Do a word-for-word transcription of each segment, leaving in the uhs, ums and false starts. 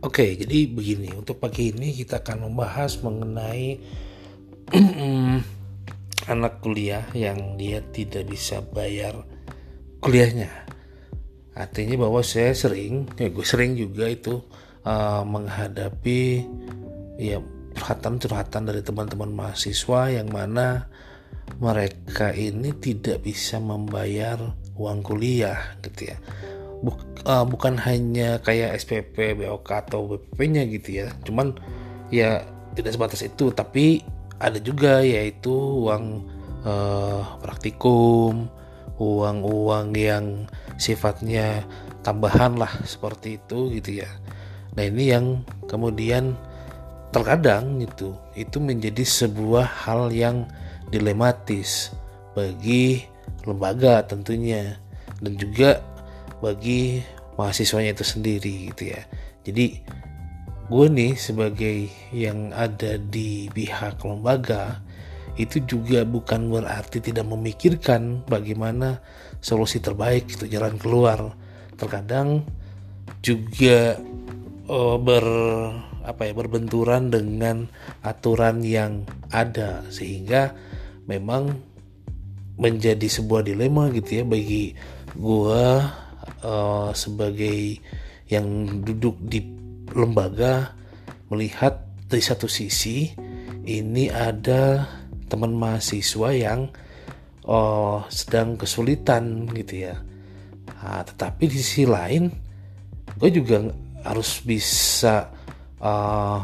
Oke, jadi begini, untuk pagi ini kita akan membahas mengenai anak kuliah yang dia tidak bisa bayar kuliahnya. Artinya bahwa saya sering, ya gue sering juga itu uh, menghadapi ya curhatan-curhatan dari teman-teman mahasiswa yang mana mereka ini tidak bisa membayar uang kuliah gitu ya. Buk, uh, bukan hanya kayak S P P, B O K atau B P P-nya gitu ya. Cuman ya tidak sebatas itu, tapi ada juga yaitu uang uh, praktikum, uang-uang yang sifatnya tambahan lah seperti itu gitu ya. Nah ini yang kemudian terkadang gitu itu menjadi sebuah hal yang dilematis bagi lembaga tentunya, dan juga bagi mahasiswanya itu sendiri gitu ya. Jadi gue nih sebagai yang ada di pihak lembaga itu juga bukan berarti tidak memikirkan bagaimana solusi terbaik itu jalan keluar. Terkadang juga oh, ber apa ya berbenturan dengan aturan yang ada, sehingga memang menjadi sebuah dilema gitu ya bagi gue uh, sebagai yang duduk di lembaga, melihat dari satu sisi ini ada teman mahasiswa yang uh, sedang kesulitan gitu ya. Nah, tetapi di sisi lain gue juga harus bisa uh,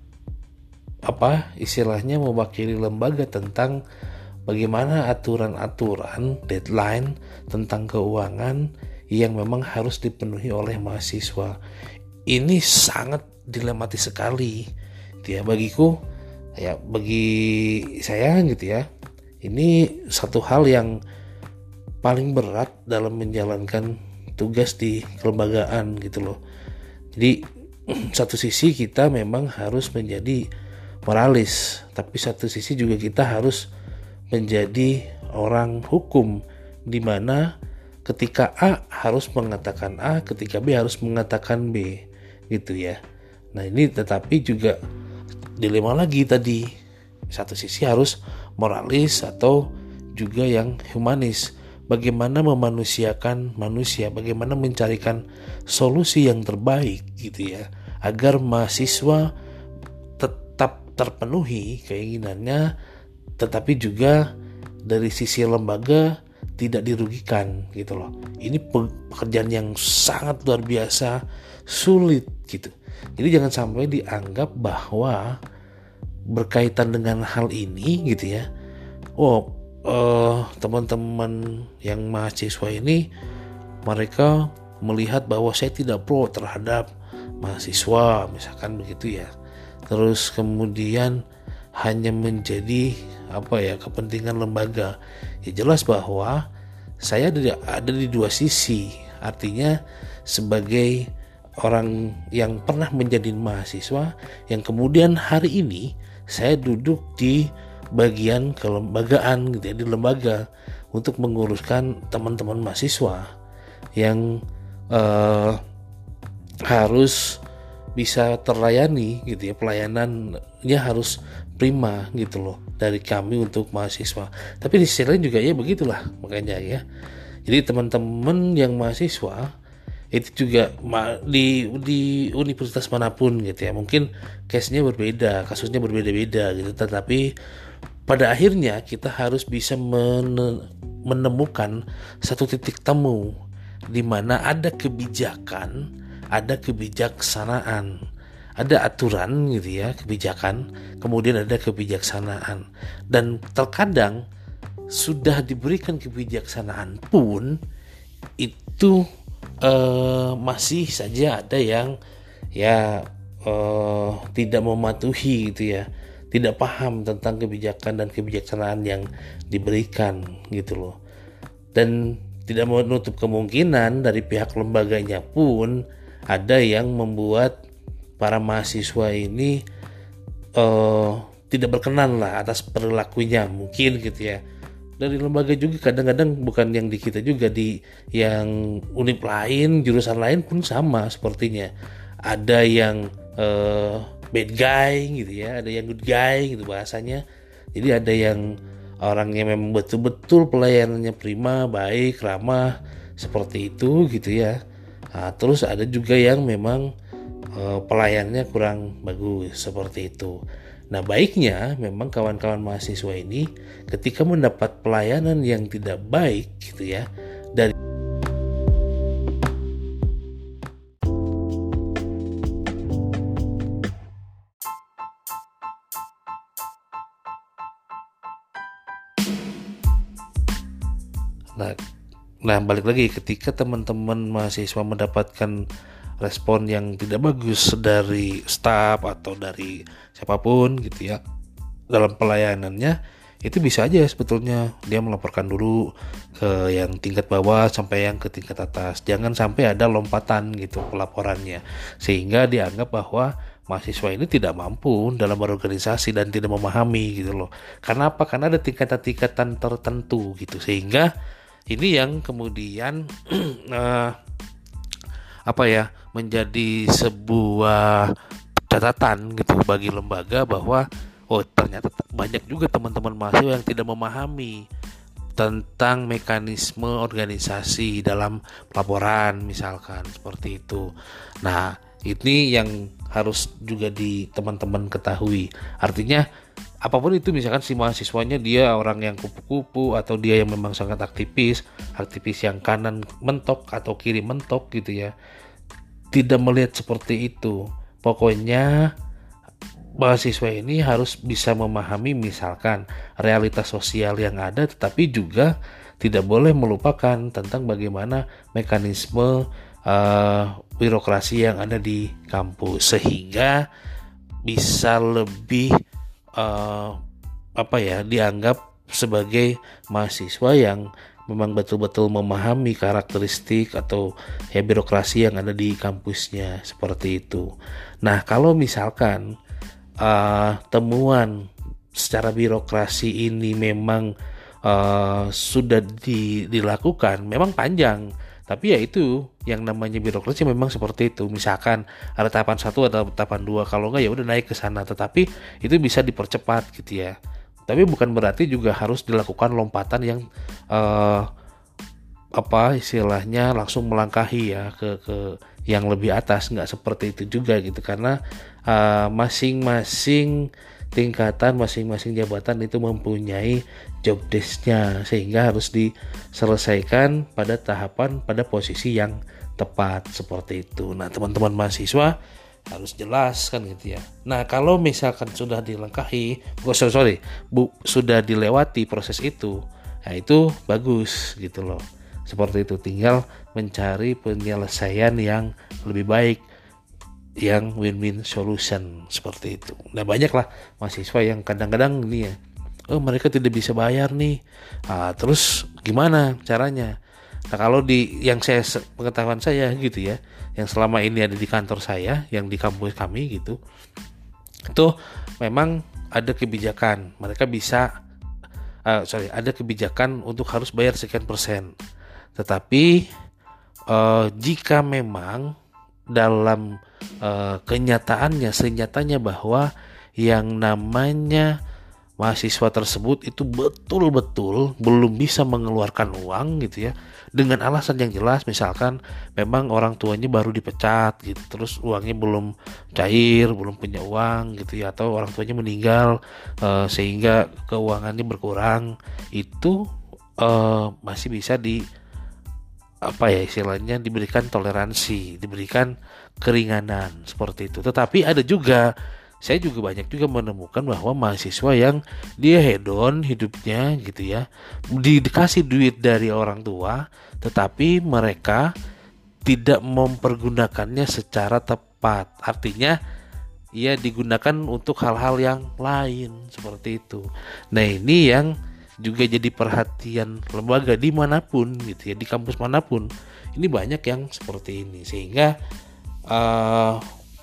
apa istilahnya mewakili lembaga tentang bagaimana aturan-aturan deadline tentang keuangan yang memang harus dipenuhi oleh mahasiswa. Ini sangat dilematis sekali gitu ya bagiku, ya bagi saya gitu ya. Ini satu hal yang paling berat dalam menjalankan tugas di kelembagaan gitu loh. Jadi satu sisi kita memang harus menjadi moralis, tapi satu sisi juga kita harus menjadi orang hukum, di mana ketika A harus mengatakan A, ketika B harus mengatakan B gitu ya. Nah ini tetapi juga dilema lagi tadi, satu sisi harus moralis atau juga yang humanis. Bagaimana memanusiakan manusia, bagaimana mencarikan solusi yang terbaik gitu ya, agar mahasiswa tetap terpenuhi keinginannya, tetapi juga dari sisi lembaga tidak dirugikan gitu loh. Ini pekerjaan yang sangat luar biasa sulit gitu. Jadi jangan sampai dianggap bahwa berkaitan dengan hal ini gitu ya, oh uh, teman-teman yang mahasiswa ini mereka melihat bahwa saya tidak pro terhadap mahasiswa misalkan begitu ya, terus kemudian hanya menjadi apa ya kepentingan lembaga. Ya jelas bahwa saya ada di, ada di dua sisi, artinya sebagai orang yang pernah menjadi mahasiswa yang kemudian hari ini saya duduk di bagian kelembagaan gitu ya, di lembaga untuk menguruskan teman-teman mahasiswa yang uh, harus bisa terlayani gitu ya, pelayanannya harus prima gitu loh dari kami untuk mahasiswa. Tapi di sisi lain juga ya begitulah makanya ya. Jadi teman-teman yang mahasiswa itu juga di di universitas manapun gitu ya, mungkin case-nya berbeda, kasusnya berbeda-beda gitu, tetapi pada akhirnya kita harus bisa menemukan satu titik temu di mana ada kebijakan, ada kebijaksanaan, ada aturan gitu ya, kebijakan, kemudian ada kebijaksanaan. Dan terkadang sudah diberikan kebijaksanaan pun itu eh, masih saja ada yang ya eh, tidak mematuhi gitu ya, tidak paham tentang kebijakan dan kebijaksanaan yang diberikan gitu loh. Dan tidak menutup kemungkinan dari pihak lembaganya pun ada yang membuat para mahasiswa ini uh, tidak berkenan lah atas perilakunya mungkin gitu ya. Dari lembaga juga kadang-kadang, bukan yang di kita juga, di yang univ lain, jurusan lain pun sama sepertinya. ada yang uh, bad guy gitu ya, ada yang good guy gitu bahasanya. Jadi ada yang orangnya memang betul-betul pelayanannya prima, baik, ramah seperti itu gitu ya. Nah, terus ada juga yang memang uh, pelayanannya kurang bagus seperti itu. Nah, baiknya memang kawan-kawan mahasiswa ini ketika mendapat pelayanan yang tidak baik gitu ya dari Nah, nah balik lagi ketika teman-teman mahasiswa mendapatkan respon yang tidak bagus dari staf atau dari siapapun gitu ya dalam pelayanannya, itu bisa aja sebetulnya dia melaporkan dulu ke yang tingkat bawah sampai yang ke tingkat atas. Jangan sampai ada lompatan gitu pelaporannya sehingga dianggap bahwa mahasiswa ini tidak mampu dalam berorganisasi dan tidak memahami gitu loh. Karena apa? Karena ada tingkatan-tingkatan tertentu gitu sehingga ini yang kemudian uh, apa ya menjadi sebuah catatan gitu bagi lembaga bahwa oh ternyata banyak juga teman-teman mahasiswa yang tidak memahami tentang mekanisme organisasi dalam pelaporan misalkan seperti itu. Nah, ini yang harus juga di teman-teman ketahui. Artinya apapun itu misalkan si mahasiswanya dia orang yang kupu-kupu atau dia yang memang sangat aktivis, aktivis yang kanan mentok atau kiri mentok gitu ya. Tidak melihat seperti itu. Pokoknya mahasiswa ini harus bisa memahami misalkan realitas sosial yang ada, tetapi juga tidak boleh melupakan tentang bagaimana mekanisme uh, birokrasi yang ada di kampus sehingga bisa lebih uh, apa ya dianggap sebagai mahasiswa yang memang betul-betul memahami karakteristik atau ya birokrasi yang ada di kampusnya seperti itu. Nah, kalau misalkan uh, temuan secara birokrasi ini memang uh, sudah di, dilakukan, memang panjang. Tapi ya itu yang namanya birokrasi memang seperti itu. Misalkan ada tahapan satu atau tahapan dua, kalau enggak ya udah naik ke sana. Tetapi itu bisa dipercepat gitu ya. Tapi bukan berarti juga harus dilakukan lompatan yang uh, apa istilahnya langsung melangkahi ya ke ke yang lebih atas, nggak seperti itu juga gitu karena uh, masing-masing tingkatan, masing-masing jabatan itu mempunyai job desk-nya sehingga harus diselesaikan pada tahapan pada posisi yang tepat seperti itu. Nah, teman-teman mahasiswa harus jelas kan gitu ya. Nah, kalau misalkan sudah dilengkapi, oh, sorry, sorry bu, sudah dilewati proses itu, nah itu bagus gitu loh. Seperti itu, tinggal mencari penyelesaian yang lebih baik, yang win-win solution seperti itu. Nah, banyaklah mahasiswa yang kadang-kadang ini ya, oh mereka tidak bisa bayar nih. Nah, terus gimana caranya? Nah, kalau di yang saya pengetahuan saya gitu ya, yang selama ini ada di kantor saya, yang di kampus kami gitu, itu memang ada kebijakan. Mereka bisa, uh, sorry, ada kebijakan untuk harus bayar sekian persen. Tetapi uh, jika memang dalam uh, kenyataannya, senyatanya bahwa yang namanya mahasiswa tersebut itu betul-betul belum bisa mengeluarkan uang gitu ya, dengan alasan yang jelas, misalkan memang orang tuanya baru dipecat gitu, terus uangnya belum cair, belum punya uang gitu ya, atau orang tuanya meninggal uh, sehingga keuangannya berkurang, itu uh, masih bisa di apa ya istilahnya diberikan toleransi, diberikan keringanan seperti itu. Tetapi ada juga, saya juga banyak juga menemukan bahwa mahasiswa yang dia hedon hidupnya gitu ya, di, dikasih duit dari orang tua, tetapi mereka tidak mempergunakannya secara tepat. Artinya ia digunakan untuk hal-hal yang lain seperti itu. Nah, ini yang juga jadi perhatian lembaga dimanapun gitu ya, di kampus manapun ini banyak yang seperti ini sehingga uh,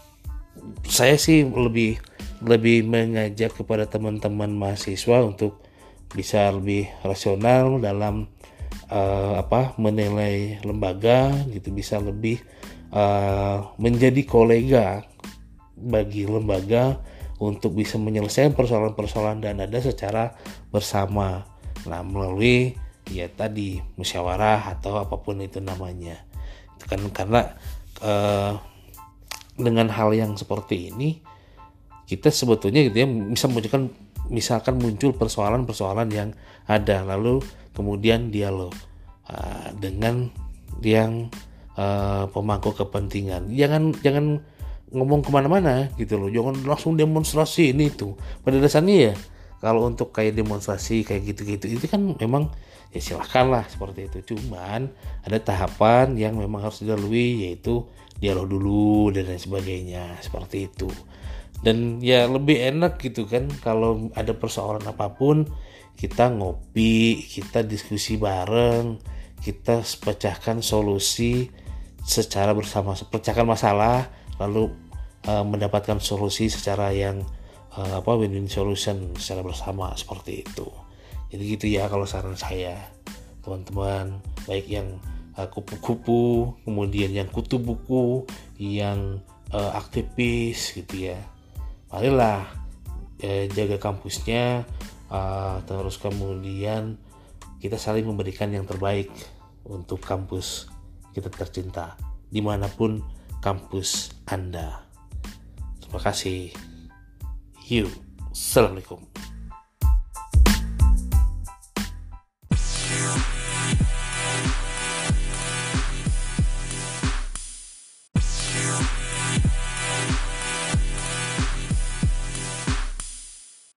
saya sih lebih lebih mengajak kepada teman-teman mahasiswa untuk bisa lebih rasional dalam uh, apa menilai lembaga gitu, bisa lebih uh, menjadi kolega bagi lembaga untuk bisa menyelesaikan persoalan-persoalan dan ada secara bersama. Nah, melalui ya tadi musyawarah atau apapun itu namanya. Itu kan karena uh, dengan hal yang seperti ini kita sebetulnya gitu ya bisa munculkan misalkan muncul persoalan-persoalan yang ada, lalu kemudian dialog uh, dengan yang uh, pemangku kepentingan. Jangan jangan ngomong kemana-mana gitu loh, jangan langsung demonstrasi ini tuh. Pada dasarnya ya kalau untuk kayak demonstrasi kayak gitu-gitu itu kan memang ya silahkan lah seperti itu. Cuman ada tahapan yang memang harus dilalui, yaitu dialog dulu dan lain sebagainya seperti itu. Dan ya lebih enak gitu kan kalau ada persoalan apapun kita ngopi, kita diskusi bareng, kita pecahkan solusi secara bersama, pecahkan masalah lalu uh, mendapatkan solusi secara yang uh, apa win-win solution secara bersama seperti itu. Jadi gitu ya kalau saran saya teman-teman, baik yang uh, kupu-kupu, kemudian yang kutu buku, yang uh, aktivis gitu ya. Marilah eh, jaga kampusnya, uh, terus kemudian kita saling memberikan yang terbaik untuk kampus kita tercinta dimanapun kampus Anda. Terima kasih. You. Assalamualaikum.